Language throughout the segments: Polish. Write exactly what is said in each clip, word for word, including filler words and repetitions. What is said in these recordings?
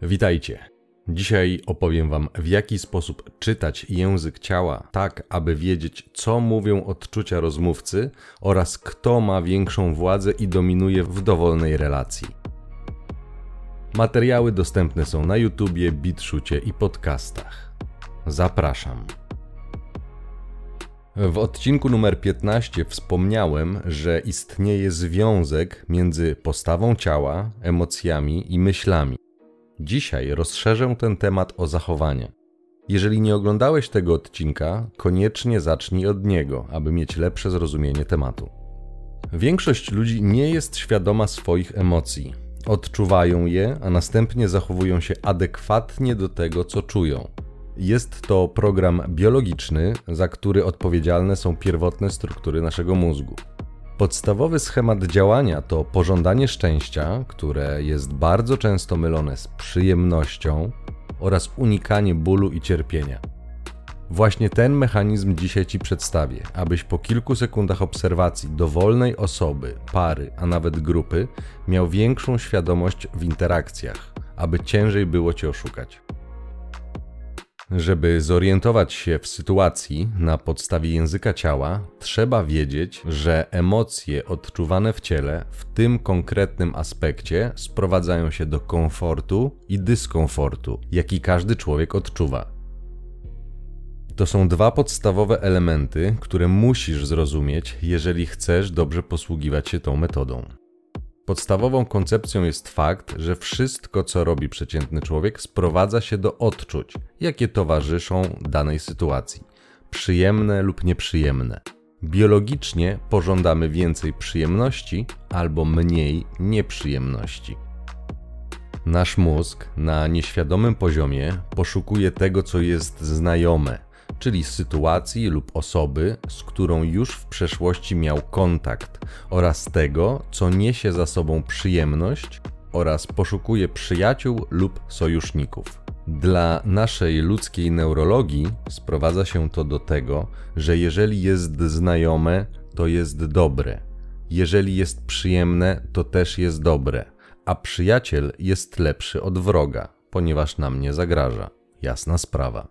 Witajcie. Dzisiaj opowiem Wam, w jaki sposób czytać język ciała, tak aby wiedzieć, co mówią odczucia rozmówcy oraz kto ma większą władzę i dominuje w dowolnej relacji. Materiały dostępne są na YouTubie, BitChucie i podcastach. Zapraszam. W odcinku numer piętnaście wspomniałem, że istnieje związek między postawą ciała, emocjami i myślami. Dzisiaj rozszerzę ten temat o zachowania. Jeżeli nie oglądałeś tego odcinka, koniecznie zacznij od niego, aby mieć lepsze zrozumienie tematu. Większość ludzi nie jest świadoma swoich emocji. Odczuwają je, a następnie zachowują się adekwatnie do tego, co czują. Jest to program biologiczny, za który odpowiedzialne są pierwotne struktury naszego mózgu. Podstawowy schemat działania to pożądanie szczęścia, które jest bardzo często mylone z przyjemnością, oraz unikanie bólu i cierpienia. Właśnie ten mechanizm dzisiaj Ci przedstawię, abyś po kilku sekundach obserwacji dowolnej osoby, pary, a nawet grupy miał większą świadomość w interakcjach, aby ciężej było Cię oszukać. Żeby zorientować się w sytuacji na podstawie języka ciała, trzeba wiedzieć, że emocje odczuwane w ciele w tym konkretnym aspekcie sprowadzają się do komfortu i dyskomfortu, jaki każdy człowiek odczuwa. To są dwa podstawowe elementy, które musisz zrozumieć, jeżeli chcesz dobrze posługiwać się tą metodą. Podstawową koncepcją jest fakt, że wszystko, co robi przeciętny człowiek, sprowadza się do odczuć, jakie towarzyszą danej sytuacji, przyjemne lub nieprzyjemne. Biologicznie pożądamy więcej przyjemności albo mniej nieprzyjemności. Nasz mózg na nieświadomym poziomie poszukuje tego, co jest znajome, czyli sytuacji lub osoby, z którą już w przeszłości miał kontakt, oraz tego, co niesie za sobą przyjemność, oraz poszukuje przyjaciół lub sojuszników. Dla naszej ludzkiej neurologii sprowadza się to do tego, że jeżeli jest znajome, to jest dobre. Jeżeli jest przyjemne, to też jest dobre, a przyjaciel jest lepszy od wroga, ponieważ nam nie zagraża. Jasna sprawa.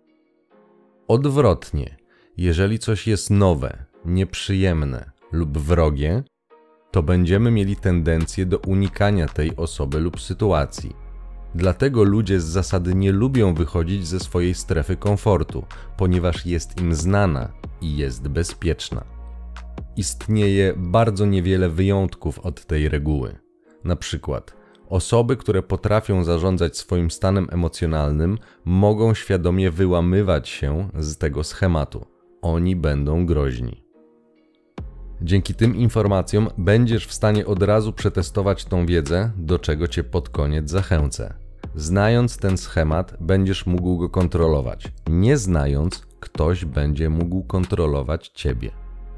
Odwrotnie, jeżeli coś jest nowe, nieprzyjemne lub wrogie, to będziemy mieli tendencję do unikania tej osoby lub sytuacji. Dlatego ludzie z zasady nie lubią wychodzić ze swojej strefy komfortu, ponieważ jest im znana i jest bezpieczna. Istnieje bardzo niewiele wyjątków od tej reguły. Na przykład osoby, które potrafią zarządzać swoim stanem emocjonalnym, mogą świadomie wyłamywać się z tego schematu. Oni będą groźni. Dzięki tym informacjom będziesz w stanie od razu przetestować tą wiedzę, do czego Cię pod koniec zachęcę. Znając ten schemat, będziesz mógł go kontrolować. Nie znając, ktoś będzie mógł kontrolować Ciebie.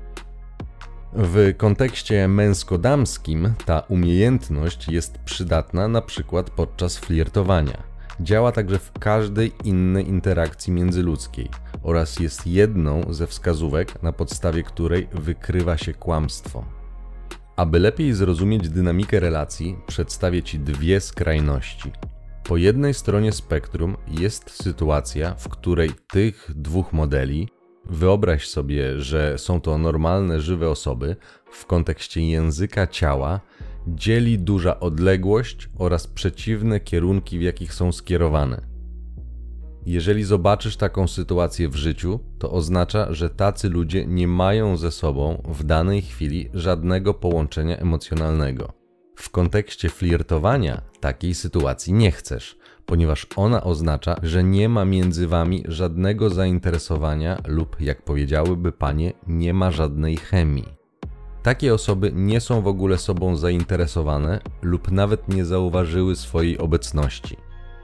W kontekście męsko-damskim ta umiejętność jest przydatna na przykład podczas flirtowania. Działa także w każdej innej interakcji międzyludzkiej oraz jest jedną ze wskazówek, na podstawie której wykrywa się kłamstwo. Aby lepiej zrozumieć dynamikę relacji, przedstawię Ci dwie skrajności. Po jednej stronie spektrum jest sytuacja, w której tych dwóch modeli, wyobraź sobie, że są to normalne, żywe osoby, w kontekście języka ciała dzieli duża odległość oraz przeciwne kierunki, w jakich są skierowane. Jeżeli zobaczysz taką sytuację w życiu, to oznacza, że tacy ludzie nie mają ze sobą w danej chwili żadnego połączenia emocjonalnego. W kontekście flirtowania takiej sytuacji nie chcesz, ponieważ ona oznacza, że nie ma między wami żadnego zainteresowania lub, jak powiedziałyby panie, nie ma żadnej chemii. Takie osoby nie są w ogóle sobą zainteresowane lub nawet nie zauważyły swojej obecności.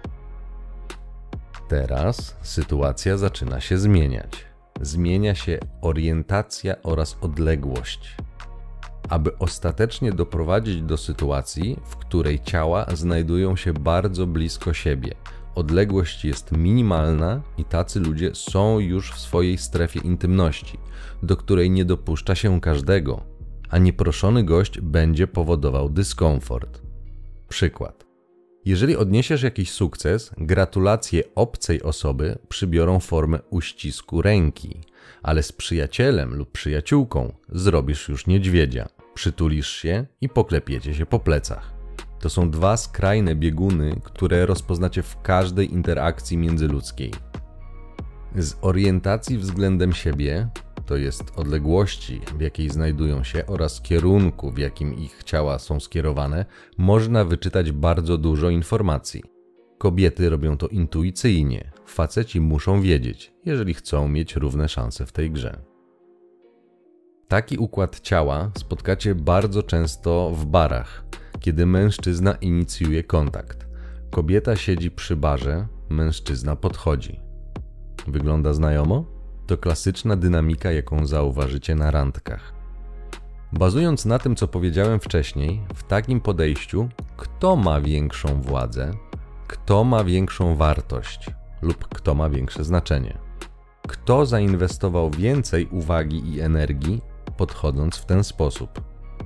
Teraz sytuacja zaczyna się zmieniać. Zmienia się orientacja oraz odległość. Aby ostatecznie doprowadzić do sytuacji, w której ciała znajdują się bardzo blisko siebie. Odległość jest minimalna i tacy ludzie są już w swojej strefie intymności, do której nie dopuszcza się każdego, a nieproszony gość będzie powodował dyskomfort. Przykład. Jeżeli odniesiesz jakiś sukces, gratulacje obcej osoby przybiorą formę uścisku ręki, ale z przyjacielem lub przyjaciółką zrobisz już niedźwiedzia, przytulisz się i poklepiecie się po plecach. To są dwa skrajne bieguny, które rozpoznacie w każdej interakcji międzyludzkiej. Z orientacji względem siebie, to jest odległości, w jakiej znajdują się oraz kierunku, w jakim ich ciała są skierowane, można wyczytać bardzo dużo informacji. Kobiety robią to intuicyjnie, faceci muszą wiedzieć, jeżeli chcą mieć równe szanse w tej grze. Taki układ ciała spotkacie bardzo często w barach, kiedy mężczyzna inicjuje kontakt. Kobieta siedzi przy barze, mężczyzna podchodzi. Wygląda znajomo? To klasyczna dynamika, jaką zauważycie na randkach. Bazując na tym, co powiedziałem wcześniej, w takim podejściu, kto ma większą władzę, kto ma większą wartość lub kto ma większe znaczenie? Kto zainwestował więcej uwagi i energii, podchodząc w ten sposób?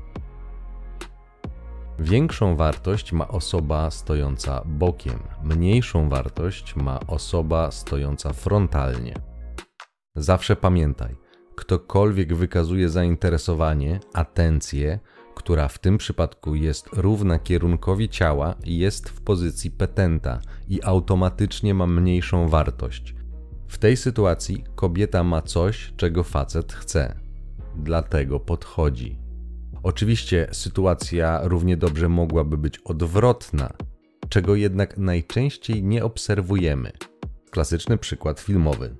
Większą wartość ma osoba stojąca bokiem, mniejszą wartość ma osoba stojąca frontalnie. Zawsze pamiętaj, ktokolwiek wykazuje zainteresowanie, atencję, która w tym przypadku jest równa kierunkowi ciała, jest w pozycji petenta i automatycznie ma mniejszą wartość. W tej sytuacji kobieta ma coś, czego facet chce, dlatego podchodzi. Oczywiście sytuacja równie dobrze mogłaby być odwrotna, czego jednak najczęściej nie obserwujemy. Klasyczny przykład filmowy.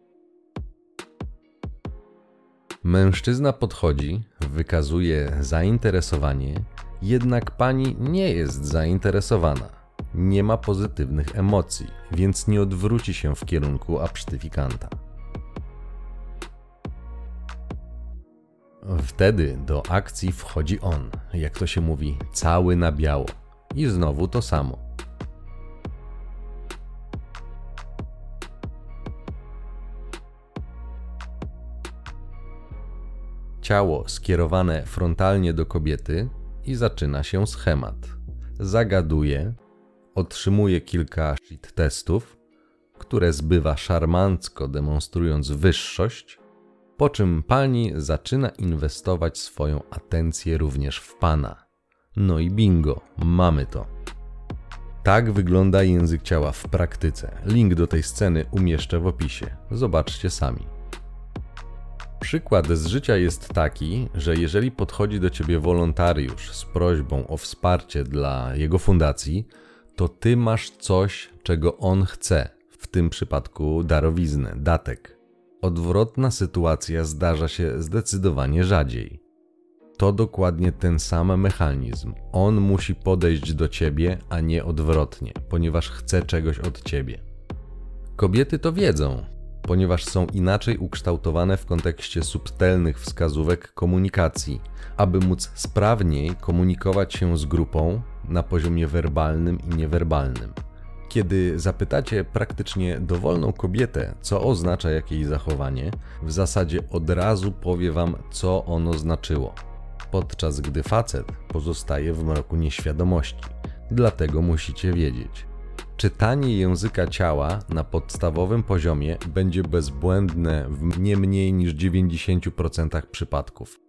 Mężczyzna podchodzi, wykazuje zainteresowanie, jednak pani nie jest zainteresowana. Nie ma pozytywnych emocji, więc nie odwróci się w kierunku absztyfikanta. Wtedy do akcji wchodzi on, jak to się mówi, cały na biało. I znowu to samo. Ciało skierowane frontalnie do kobiety i zaczyna się schemat. Zagaduje, otrzymuje kilka shit testów, które zbywa szarmancko, demonstrując wyższość, po czym pani zaczyna inwestować swoją atencję również w pana. No i bingo, mamy to. Tak wygląda język ciała w praktyce. Link do tej sceny umieszczę w opisie. Zobaczcie sami. Przykład z życia jest taki, że jeżeli podchodzi do ciebie wolontariusz z prośbą o wsparcie dla jego fundacji, to ty masz coś, czego on chce, w tym przypadku darowiznę, datek. Odwrotna sytuacja zdarza się zdecydowanie rzadziej. To dokładnie ten sam mechanizm. On musi podejść do ciebie, a nie odwrotnie, ponieważ chce czegoś od ciebie. Kobiety to wiedzą, ponieważ są inaczej ukształtowane w kontekście subtelnych wskazówek komunikacji, aby móc sprawniej komunikować się z grupą na poziomie werbalnym i niewerbalnym. Kiedy zapytacie praktycznie dowolną kobietę, co oznacza jakieś zachowanie, w zasadzie od razu powie wam, co ono znaczyło, podczas gdy facet pozostaje w mroku nieświadomości. Dlatego musicie wiedzieć. Czytanie języka ciała na podstawowym poziomie będzie bezbłędne w nie mniej niż dziewięćdziesięciu procentach przypadków.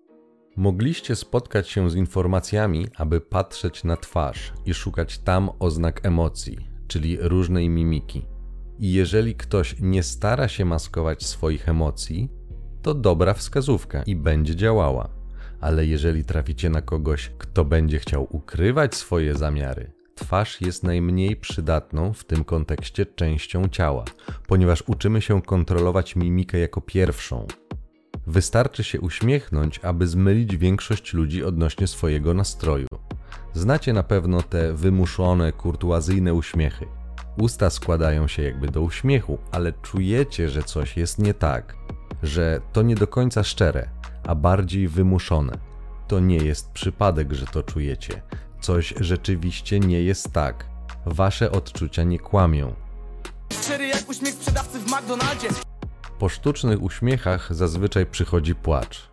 Mogliście spotkać się z informacjami, aby patrzeć na twarz i szukać tam oznak emocji, czyli różnej mimiki. I jeżeli ktoś nie stara się maskować swoich emocji, to dobra wskazówka i będzie działała. Ale jeżeli traficie na kogoś, kto będzie chciał ukrywać swoje zamiary, twarz jest najmniej przydatną w tym kontekście częścią ciała, ponieważ uczymy się kontrolować mimikę jako pierwszą. Wystarczy się uśmiechnąć, aby zmylić większość ludzi odnośnie swojego nastroju. Znacie na pewno te wymuszone, kurtuazyjne uśmiechy. Usta składają się jakby do uśmiechu, ale czujecie, że coś jest nie tak, że to nie do końca szczere, a bardziej wymuszone. To nie jest przypadek, że to czujecie. Coś rzeczywiście nie jest tak. Wasze odczucia nie kłamią. Szczery jak uśmiech sprzedawcy w McDonaldzie. Po sztucznych uśmiechach zazwyczaj przychodzi płacz.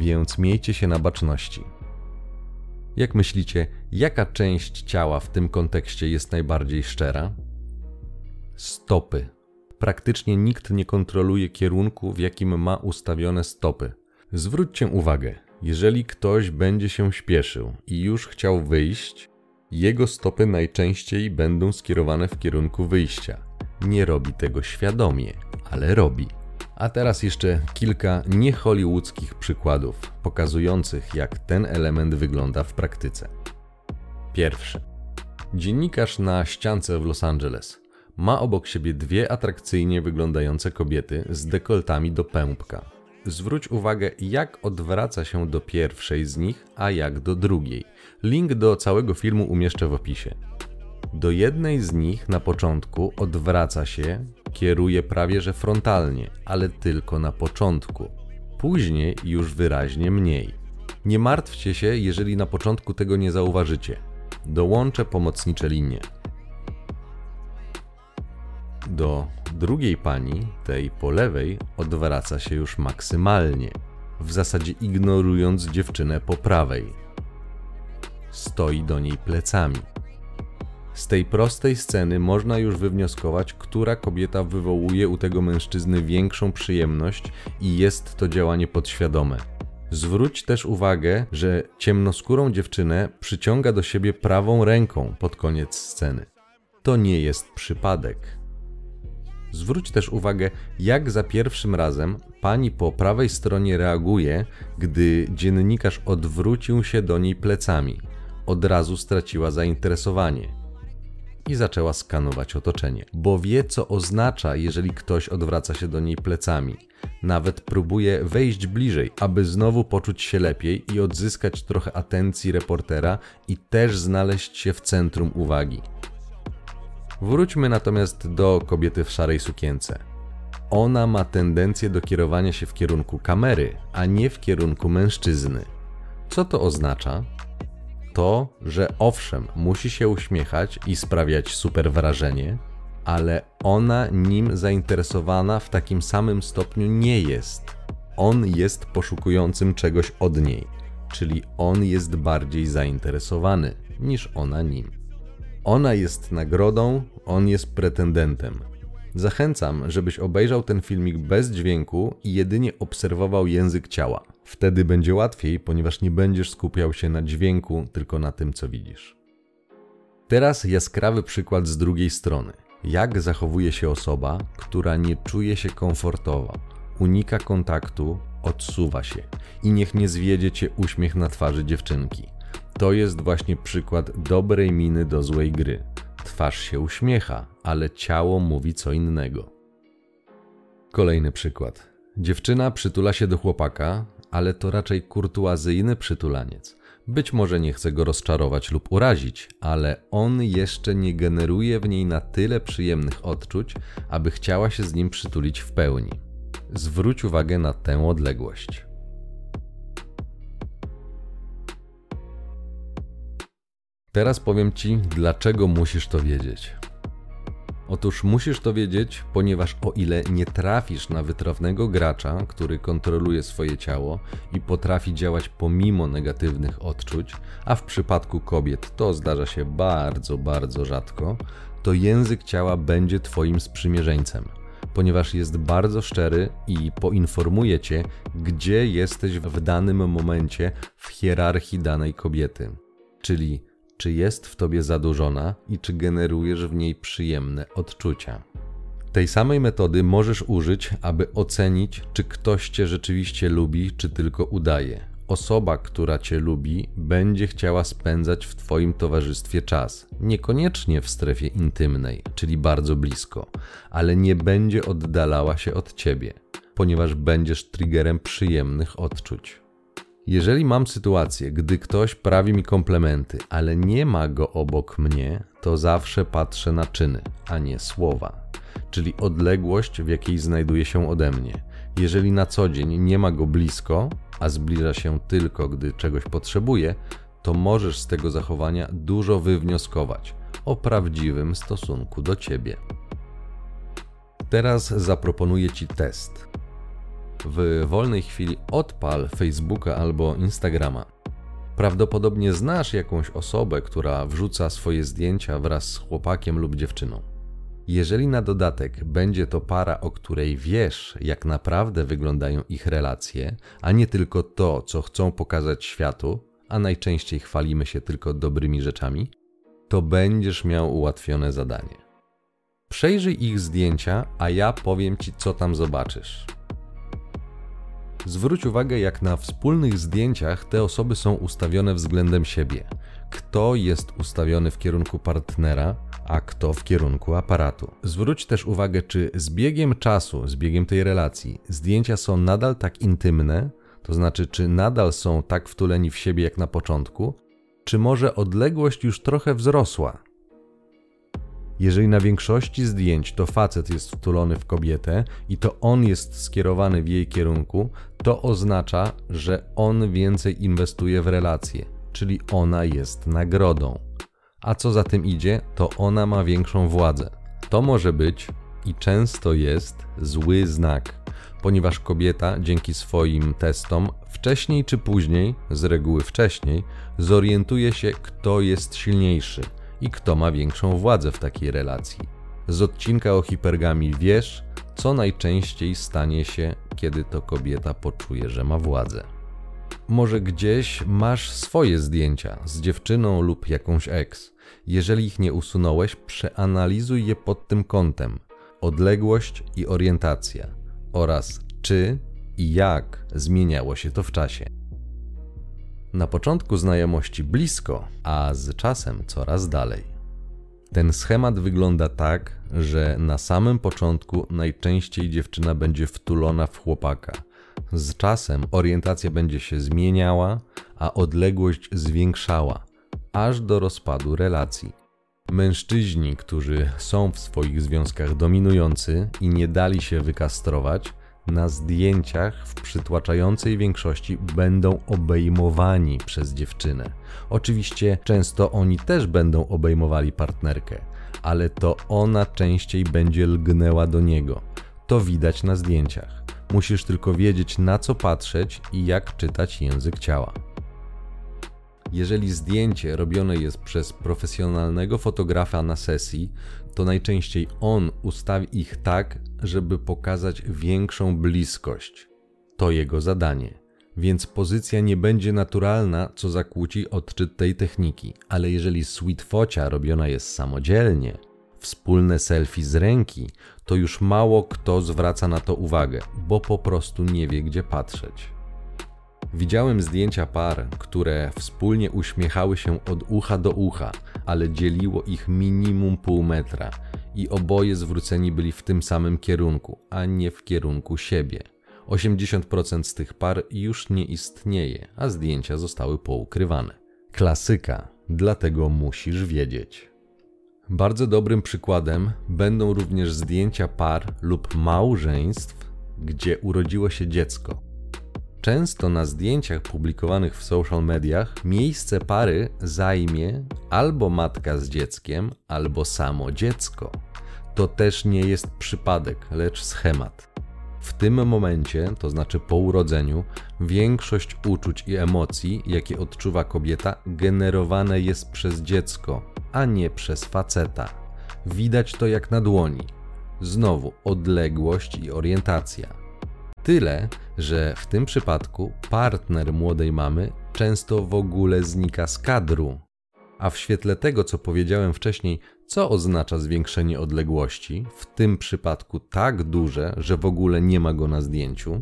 więc miejcie się na baczności. Jak myślicie, jaka część ciała w tym kontekście jest najbardziej szczera? Stopy. Praktycznie nikt nie kontroluje kierunku, w jakim ma ustawione stopy. Zwróćcie uwagę, jeżeli ktoś będzie się śpieszył i już chciał wyjść, jego stopy najczęściej będą skierowane w kierunku wyjścia. Nie robi tego świadomie, ale robi. A teraz jeszcze kilka niehollywoodzkich przykładów, pokazujących, jak ten element wygląda w praktyce. Pierwszy. Dziennikarz na ściance w Los Angeles ma obok siebie dwie atrakcyjnie wyglądające kobiety z dekoltami do pępka. Zwróć uwagę, jak odwraca się do pierwszej z nich, a jak do drugiej. Link do całego filmu umieszczę w opisie. Do jednej z nich na początku odwraca się, kieruje prawie że frontalnie, ale tylko na początku. Później już wyraźnie mniej. Nie martwcie się, jeżeli na początku tego nie zauważycie. Dołączę pomocnicze linie. Do drugiej pani, tej po lewej, odwraca się już maksymalnie, w zasadzie ignorując dziewczynę po prawej. Stoi do niej plecami. Z tej prostej sceny można już wywnioskować, która kobieta wywołuje u tego mężczyzny większą przyjemność i jest to działanie podświadome. Zwróć też uwagę, że ciemnoskórą dziewczynę przyciąga do siebie prawą ręką pod koniec sceny. To nie jest przypadek. Zwróć też uwagę, jak za pierwszym razem pani po prawej stronie reaguje, gdy dziennikarz odwrócił się do niej plecami. Od razu straciła zainteresowanie i zaczęła skanować otoczenie, bo wie, co oznacza, jeżeli ktoś odwraca się do niej plecami. Nawet próbuje wejść bliżej, aby znowu poczuć się lepiej i odzyskać trochę atencji reportera i też znaleźć się w centrum uwagi. Wróćmy natomiast do kobiety w szarej sukience. Ona ma tendencję do kierowania się w kierunku kamery, a nie w kierunku mężczyzny. Co to oznacza? To, że owszem, musi się uśmiechać i sprawiać super wrażenie, ale ona nim zainteresowana w takim samym stopniu nie jest. On jest poszukującym czegoś od niej, czyli on jest bardziej zainteresowany niż ona nim. Ona jest nagrodą, on jest pretendentem. Zachęcam, żebyś obejrzał ten filmik bez dźwięku i jedynie obserwował język ciała. Wtedy będzie łatwiej, ponieważ nie będziesz skupiał się na dźwięku, tylko na tym, co widzisz. Teraz jaskrawy przykład z drugiej strony. Jak zachowuje się osoba, która nie czuje się komfortowo, unika kontaktu, odsuwa się i niech nie zwiedzie cię uśmiech na twarzy dziewczynki. To jest właśnie przykład dobrej miny do złej gry. Twarz się uśmiecha, ale ciało mówi co innego. Kolejny przykład. Dziewczyna przytula się do chłopaka, ale to raczej kurtuazyjny przytulaniec. Być może nie chce go rozczarować lub urazić, ale on jeszcze nie generuje w niej na tyle przyjemnych odczuć, aby chciała się z nim przytulić w pełni. Zwróć uwagę na tę odległość. Teraz powiem Ci, dlaczego musisz to wiedzieć. Otóż musisz to wiedzieć, ponieważ o ile nie trafisz na wytrawnego gracza, który kontroluje swoje ciało i potrafi działać pomimo negatywnych odczuć, a w przypadku kobiet to zdarza się bardzo, bardzo rzadko, to język ciała będzie Twoim sprzymierzeńcem, ponieważ jest bardzo szczery i poinformuje Cię, gdzie jesteś w danym momencie w hierarchii danej kobiety, czyli czy jest w tobie zadurzona i czy generujesz w niej przyjemne odczucia. Tej samej metody możesz użyć, aby ocenić, czy ktoś cię rzeczywiście lubi, czy tylko udaje. Osoba, która cię lubi, będzie chciała spędzać w twoim towarzystwie czas. Niekoniecznie w strefie intymnej, czyli bardzo blisko, ale nie będzie oddalała się od ciebie, ponieważ będziesz triggerem przyjemnych odczuć. Jeżeli mam sytuację, gdy ktoś prawi mi komplementy, ale nie ma go obok mnie, to zawsze patrzę na czyny, a nie słowa, czyli odległość, w jakiej znajduje się ode mnie. Jeżeli na co dzień nie ma go blisko, a zbliża się tylko, gdy czegoś potrzebuje, to możesz z tego zachowania dużo wywnioskować o prawdziwym stosunku do ciebie. Teraz zaproponuję Ci test. w wolnej chwili odpal Facebooka albo Instagrama. Prawdopodobnie znasz jakąś osobę, która wrzuca swoje zdjęcia wraz z chłopakiem lub dziewczyną. Jeżeli na dodatek będzie to para, o której wiesz, jak naprawdę wyglądają ich relacje, a nie tylko to, co chcą pokazać światu, a najczęściej chwalimy się tylko dobrymi rzeczami, to będziesz miał ułatwione zadanie. Przejrzyj ich zdjęcia, a ja powiem Ci, co tam zobaczysz. Zwróć uwagę, jak na wspólnych zdjęciach te osoby są ustawione względem siebie. Kto jest ustawiony w kierunku partnera, a kto w kierunku aparatu. Zwróć też uwagę, czy z biegiem czasu, z biegiem tej relacji, zdjęcia są nadal tak intymne, to znaczy, czy nadal są tak wtuleni w siebie jak na początku, czy może odległość już trochę wzrosła. Jeżeli na większości zdjęć to facet jest wtulony w kobietę i to on jest skierowany w jej kierunku, to oznacza, że on więcej inwestuje w relacje, czyli ona jest nagrodą. A co za tym idzie, to ona ma większą władzę. To może być i często jest zły znak, ponieważ kobieta dzięki swoim testom wcześniej czy później, z reguły wcześniej, zorientuje się, kto jest silniejszy i kto ma większą władzę w takiej relacji. Z odcinka o hipergamii wiesz, co najczęściej stanie się, kiedy to kobieta poczuje, że ma władzę. Może gdzieś masz swoje zdjęcia z dziewczyną lub jakąś ex. Jeżeli ich nie usunąłeś, przeanalizuj je pod tym kątem: odległość i orientacja oraz czy i jak zmieniało się to w czasie. Na początku znajomości blisko, a z czasem coraz dalej. Ten schemat wygląda tak, że na samym początku najczęściej dziewczyna będzie wtulona w chłopaka. Z czasem orientacja będzie się zmieniała, a odległość zwiększała, aż do rozpadu relacji. Mężczyźni, którzy są w swoich związkach dominujący i nie dali się wykastrować, na zdjęciach w przytłaczającej większości będą obejmowani przez dziewczynę. Oczywiście często oni też będą obejmowali partnerkę, ale to ona częściej będzie lgnęła do niego. To widać na zdjęciach. Musisz tylko wiedzieć, na co patrzeć i jak czytać język ciała. Jeżeli zdjęcie robione jest przez profesjonalnego fotografa na sesji, to najczęściej on ustawi ich tak, żeby pokazać większą bliskość. To jego zadanie. Więc pozycja nie będzie naturalna, co zakłóci odczyt tej techniki. Ale jeżeli sweet focia robiona jest samodzielnie, wspólne selfie z ręki, to już mało kto zwraca na to uwagę, bo po prostu nie wie, gdzie patrzeć. Widziałem zdjęcia par, które wspólnie uśmiechały się od ucha do ucha, ale dzieliło ich minimum pół metra i oboje zwróceni byli w tym samym kierunku, a nie w kierunku siebie. osiemdziesiąt procent z tych par już nie istnieje, a zdjęcia zostały poukrywane. Klasyka, dlatego musisz wiedzieć. Bardzo dobrym przykładem będą również zdjęcia par lub małżeństw, gdzie urodziło się dziecko. Często na zdjęciach publikowanych w social mediach miejsce pary zajmie albo matka z dzieckiem, albo samo dziecko. To też nie jest przypadek, lecz schemat. W tym momencie, to znaczy po urodzeniu, większość uczuć i emocji, jakie odczuwa kobieta, generowane jest przez dziecko, a nie przez faceta. Widać to jak na dłoni. Znowu odległość i orientacja. Tyle, że w tym przypadku partner młodej mamy często w ogóle znika z kadru. A w świetle tego, co powiedziałem wcześniej, co oznacza zwiększenie odległości, w tym przypadku tak duże, że w ogóle nie ma go na zdjęciu?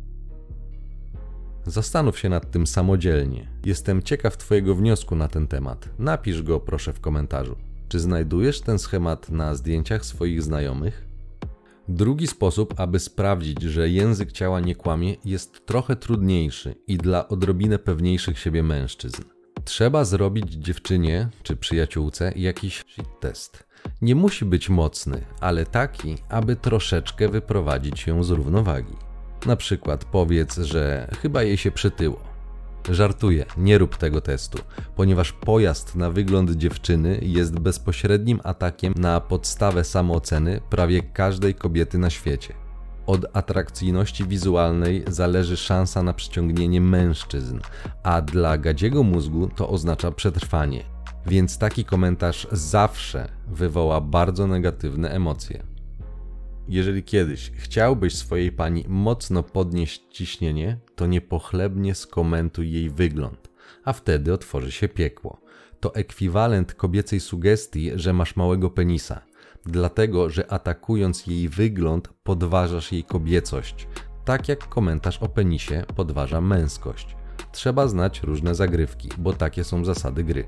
Zastanów się nad tym samodzielnie. Jestem ciekaw Twojego wniosku na ten temat. Napisz go proszę w komentarzu. Czy znajdujesz ten schemat na zdjęciach swoich znajomych? Drugi sposób, aby sprawdzić, że język ciała nie kłamie, jest trochę trudniejszy i dla odrobinę pewniejszych siebie mężczyzn. Trzeba zrobić dziewczynie czy przyjaciółce jakiś shit test. Nie musi być mocny, ale taki, aby troszeczkę wyprowadzić ją z równowagi. Na przykład powiedz, że chyba jej się przytyło. Żartuję, nie rób tego testu, ponieważ pojazd na wygląd dziewczyny jest bezpośrednim atakiem na podstawę samooceny prawie każdej kobiety na świecie. Od atrakcyjności wizualnej zależy szansa na przyciągnięcie mężczyzn, a dla gadziego mózgu to oznacza przetrwanie. Więc taki komentarz zawsze wywoła bardzo negatywne emocje. Jeżeli kiedyś chciałbyś swojej pani mocno podnieść ciśnienie, to niepochlebnie skomentuj jej wygląd, a wtedy otworzy się piekło. To ekwiwalent kobiecej sugestii, że masz małego penisa, dlatego że atakując jej wygląd podważasz jej kobiecość, tak jak komentarz o penisie podważa męskość. Trzeba znać różne zagrywki, bo takie są zasady gry.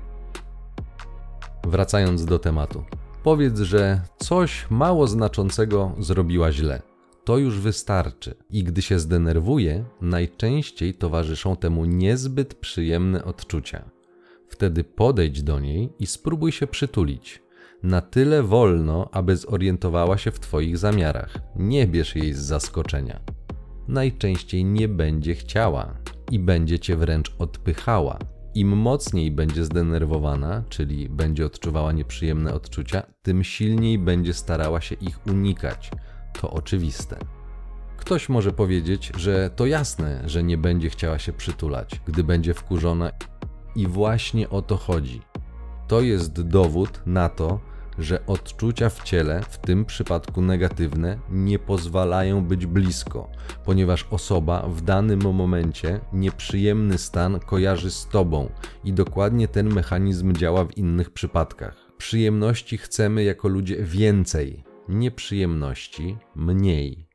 Wracając do tematu. Powiedz, że coś mało znaczącego zrobiła źle. To już wystarczy. I gdy się zdenerwuje, najczęściej towarzyszą temu niezbyt przyjemne odczucia. Wtedy podejdź do niej i spróbuj się przytulić. Na tyle wolno, aby zorientowała się w twoich zamiarach. Nie bierz jej z zaskoczenia. Najczęściej nie będzie chciała i będzie cię wręcz odpychała. Im mocniej będzie zdenerwowana, czyli będzie odczuwała nieprzyjemne odczucia, tym silniej będzie starała się ich unikać. To oczywiste. Ktoś może powiedzieć, że to jasne, że nie będzie chciała się przytulać, gdy będzie wkurzona, i właśnie o to chodzi. To jest dowód na to, że odczucia w ciele, w tym przypadku negatywne, nie pozwalają być blisko, ponieważ osoba w danym momencie nieprzyjemny stan kojarzy z tobą i dokładnie ten mechanizm działa w innych przypadkach. Przyjemności chcemy jako ludzie więcej, nieprzyjemności mniej.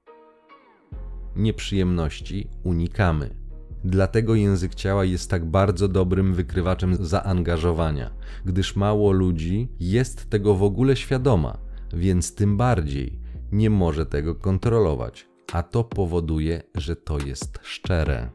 Nieprzyjemności unikamy. Dlatego język ciała jest tak bardzo dobrym wykrywaczem zaangażowania, gdyż mało ludzi jest tego w ogóle świadoma, więc tym bardziej nie może tego kontrolować, a to powoduje, że to jest szczere.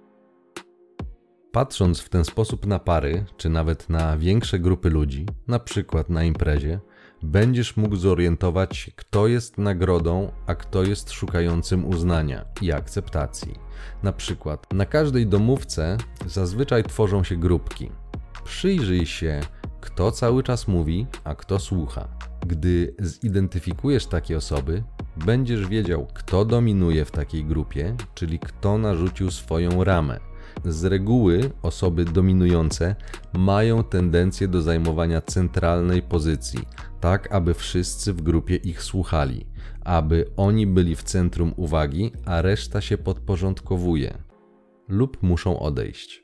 Patrząc w ten sposób na pary, czy nawet na większe grupy ludzi, na przykład na imprezie, będziesz mógł zorientować, kto jest nagrodą, a kto jest szukającym uznania i akceptacji. Na przykład na każdej domówce zazwyczaj tworzą się grupki. Przyjrzyj się, kto cały czas mówi, a kto słucha. Gdy zidentyfikujesz takie osoby, będziesz wiedział, kto dominuje w takiej grupie, czyli kto narzucił swoją ramę. Z reguły osoby dominujące mają tendencję do zajmowania centralnej pozycji, tak aby wszyscy w grupie ich słuchali, aby oni byli w centrum uwagi, a reszta się podporządkowuje lub muszą odejść.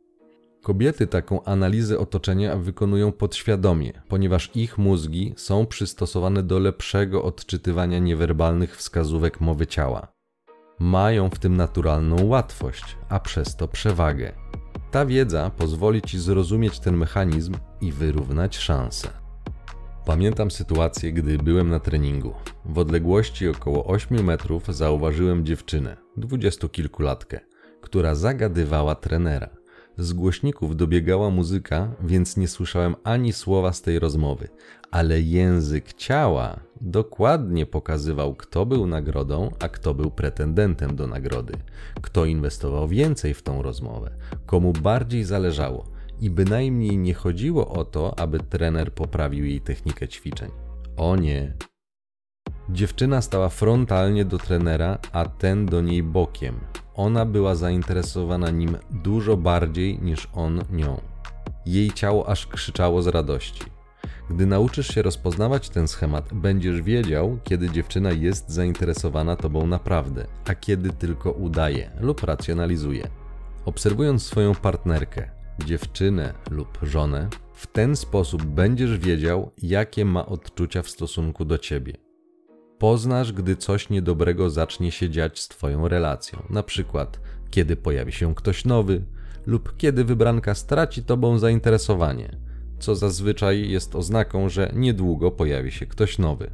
Kobiety taką analizę otoczenia wykonują podświadomie, ponieważ ich mózgi są przystosowane do lepszego odczytywania niewerbalnych wskazówek mowy ciała. Mają w tym naturalną łatwość, a przez to przewagę. Ta wiedza pozwoli ci zrozumieć ten mechanizm i wyrównać szanse. Pamiętam sytuację, gdy byłem na treningu. W odległości około ośmiu metrów zauważyłem dziewczynę, dwudziestokilkulatkę, która zagadywała trenera. Z głośników dobiegała muzyka, więc nie słyszałem ani słowa z tej rozmowy, ale język ciała dokładnie pokazywał, kto był nagrodą, a kto był pretendentem do nagrody, kto inwestował więcej w tą rozmowę, komu bardziej zależało i bynajmniej nie chodziło o to, aby trener poprawił jej technikę ćwiczeń. O nie! Dziewczyna stała frontalnie do trenera, a ten do niej bokiem. Ona była zainteresowana nim dużo bardziej niż on nią. Jej ciało aż krzyczało z radości. Gdy nauczysz się rozpoznawać ten schemat, będziesz wiedział, kiedy dziewczyna jest zainteresowana tobą naprawdę, a kiedy tylko udaje lub racjonalizuje. Obserwując swoją partnerkę, dziewczynę lub żonę, w ten sposób będziesz wiedział, jakie ma odczucia w stosunku do ciebie. Poznasz, gdy coś niedobrego zacznie się dziać z twoją relacją, na przykład kiedy pojawi się ktoś nowy lub kiedy wybranka straci tobą zainteresowanie, co zazwyczaj jest oznaką, że niedługo pojawi się ktoś nowy.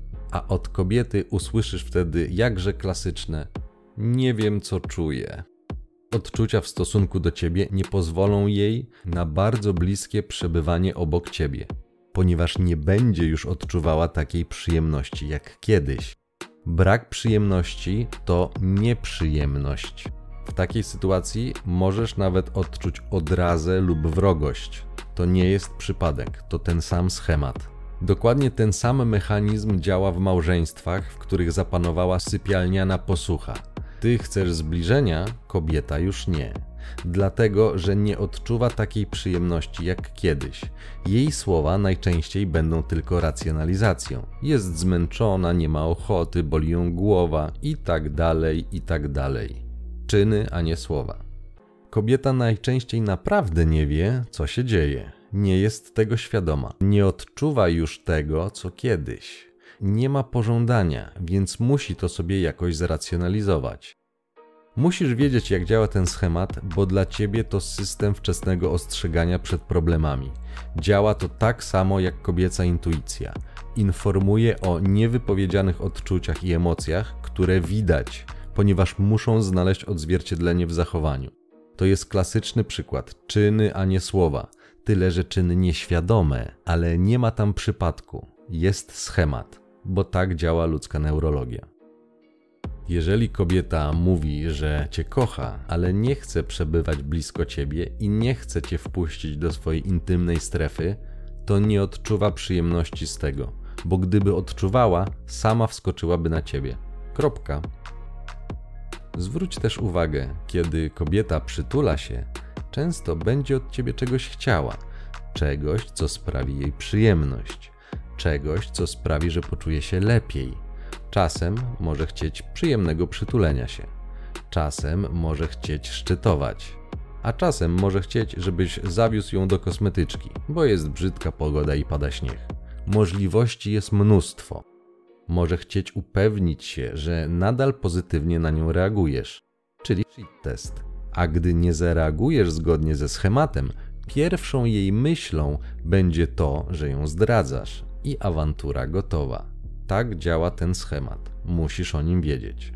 A od kobiety usłyszysz wtedy jakże klasyczne: nie wiem, co czuję. Odczucia w stosunku do ciebie nie pozwolą jej na bardzo bliskie przebywanie obok ciebie, ponieważ nie będzie już odczuwała takiej przyjemności jak kiedyś. Brak przyjemności to nieprzyjemność. W takiej sytuacji możesz nawet odczuć odrazę lub wrogość. To nie jest przypadek, to ten sam schemat. Dokładnie ten sam mechanizm działa w małżeństwach, w których zapanowała sypialniana posłucha. Ty chcesz zbliżenia, kobieta już nie. Dlatego, że nie odczuwa takiej przyjemności jak kiedyś. Jej słowa najczęściej będą tylko racjonalizacją. Jest zmęczona, nie ma ochoty, boli ją głowa i tak dalej, i tak dalej. Czyny, a nie słowa. Kobieta najczęściej naprawdę nie wie, co się dzieje. Nie jest tego świadoma. Nie odczuwa już tego, co kiedyś. Nie ma pożądania, więc musi to sobie jakoś zracjonalizować. Musisz wiedzieć, jak działa ten schemat, bo dla ciebie to system wczesnego ostrzegania przed problemami. Działa to tak samo jak kobieca intuicja. Informuje o niewypowiedzianych odczuciach i emocjach, które widać, ponieważ muszą znaleźć odzwierciedlenie w zachowaniu. To jest klasyczny przykład. Czyny, a nie słowa. Tyle, że czyny nieświadome, ale nie ma tam przypadku. Jest schemat, bo tak działa ludzka neurologia. Jeżeli kobieta mówi, że cię kocha, ale nie chce przebywać blisko ciebie i nie chce cię wpuścić do swojej intymnej strefy, to nie odczuwa przyjemności z tego, bo gdyby odczuwała, sama wskoczyłaby na ciebie. Kropka. Zwróć też uwagę, kiedy kobieta przytula się, często będzie od ciebie czegoś chciała, czegoś, co sprawi jej przyjemność, czegoś, co sprawi, że poczuje się lepiej. Czasem może chcieć przyjemnego przytulenia się, czasem może chcieć szczytować, a czasem może chcieć, żebyś zawiózł ją do kosmetyczki, bo jest brzydka pogoda i pada śnieg. Możliwości jest mnóstwo. Może chcieć upewnić się, że nadal pozytywnie na nią reagujesz, czyli shit test. A gdy nie zareagujesz zgodnie ze schematem, pierwszą jej myślą będzie to, że ją zdradzasz i awantura gotowa. Tak działa ten schemat. Musisz o nim wiedzieć.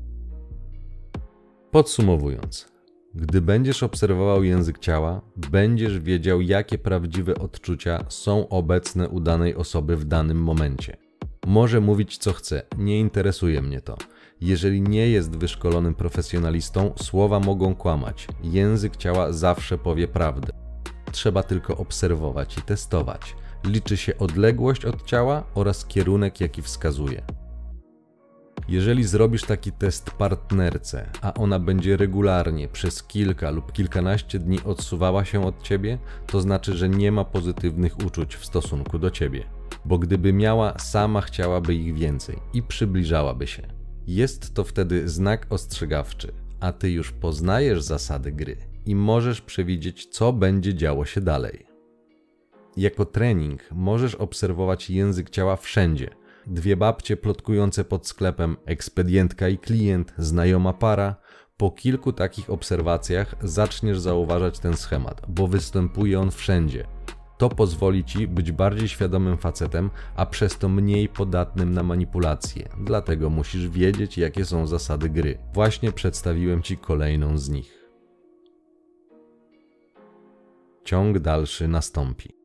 Podsumowując, gdy będziesz obserwował język ciała, będziesz wiedział, jakie prawdziwe odczucia są obecne u danej osoby w danym momencie. Może mówić co chce, nie interesuje mnie to. Jeżeli nie jest wyszkolonym profesjonalistą, słowa mogą kłamać. Język ciała zawsze powie prawdę. Trzeba tylko obserwować i testować. Liczy się odległość od ciała oraz kierunek, jaki wskazuje. Jeżeli zrobisz taki test partnerce, a ona będzie regularnie przez kilka lub kilkanaście dni odsuwała się od ciebie, to znaczy, że nie ma pozytywnych uczuć w stosunku do ciebie. Bo gdyby miała, sama chciałaby ich więcej i przybliżałaby się. Jest to wtedy znak ostrzegawczy, a ty już poznajesz zasady gry i możesz przewidzieć, co będzie działo się dalej. Jako trening możesz obserwować język ciała wszędzie. Dwie babcie plotkujące pod sklepem, ekspedientka i klient, znajoma para. Po kilku takich obserwacjach zaczniesz zauważać ten schemat, bo występuje on wszędzie. To pozwoli ci być bardziej świadomym facetem, a przez to mniej podatnym na manipulacje. Dlatego musisz wiedzieć, jakie są zasady gry. Właśnie przedstawiłem ci kolejną z nich. Ciąg dalszy nastąpi.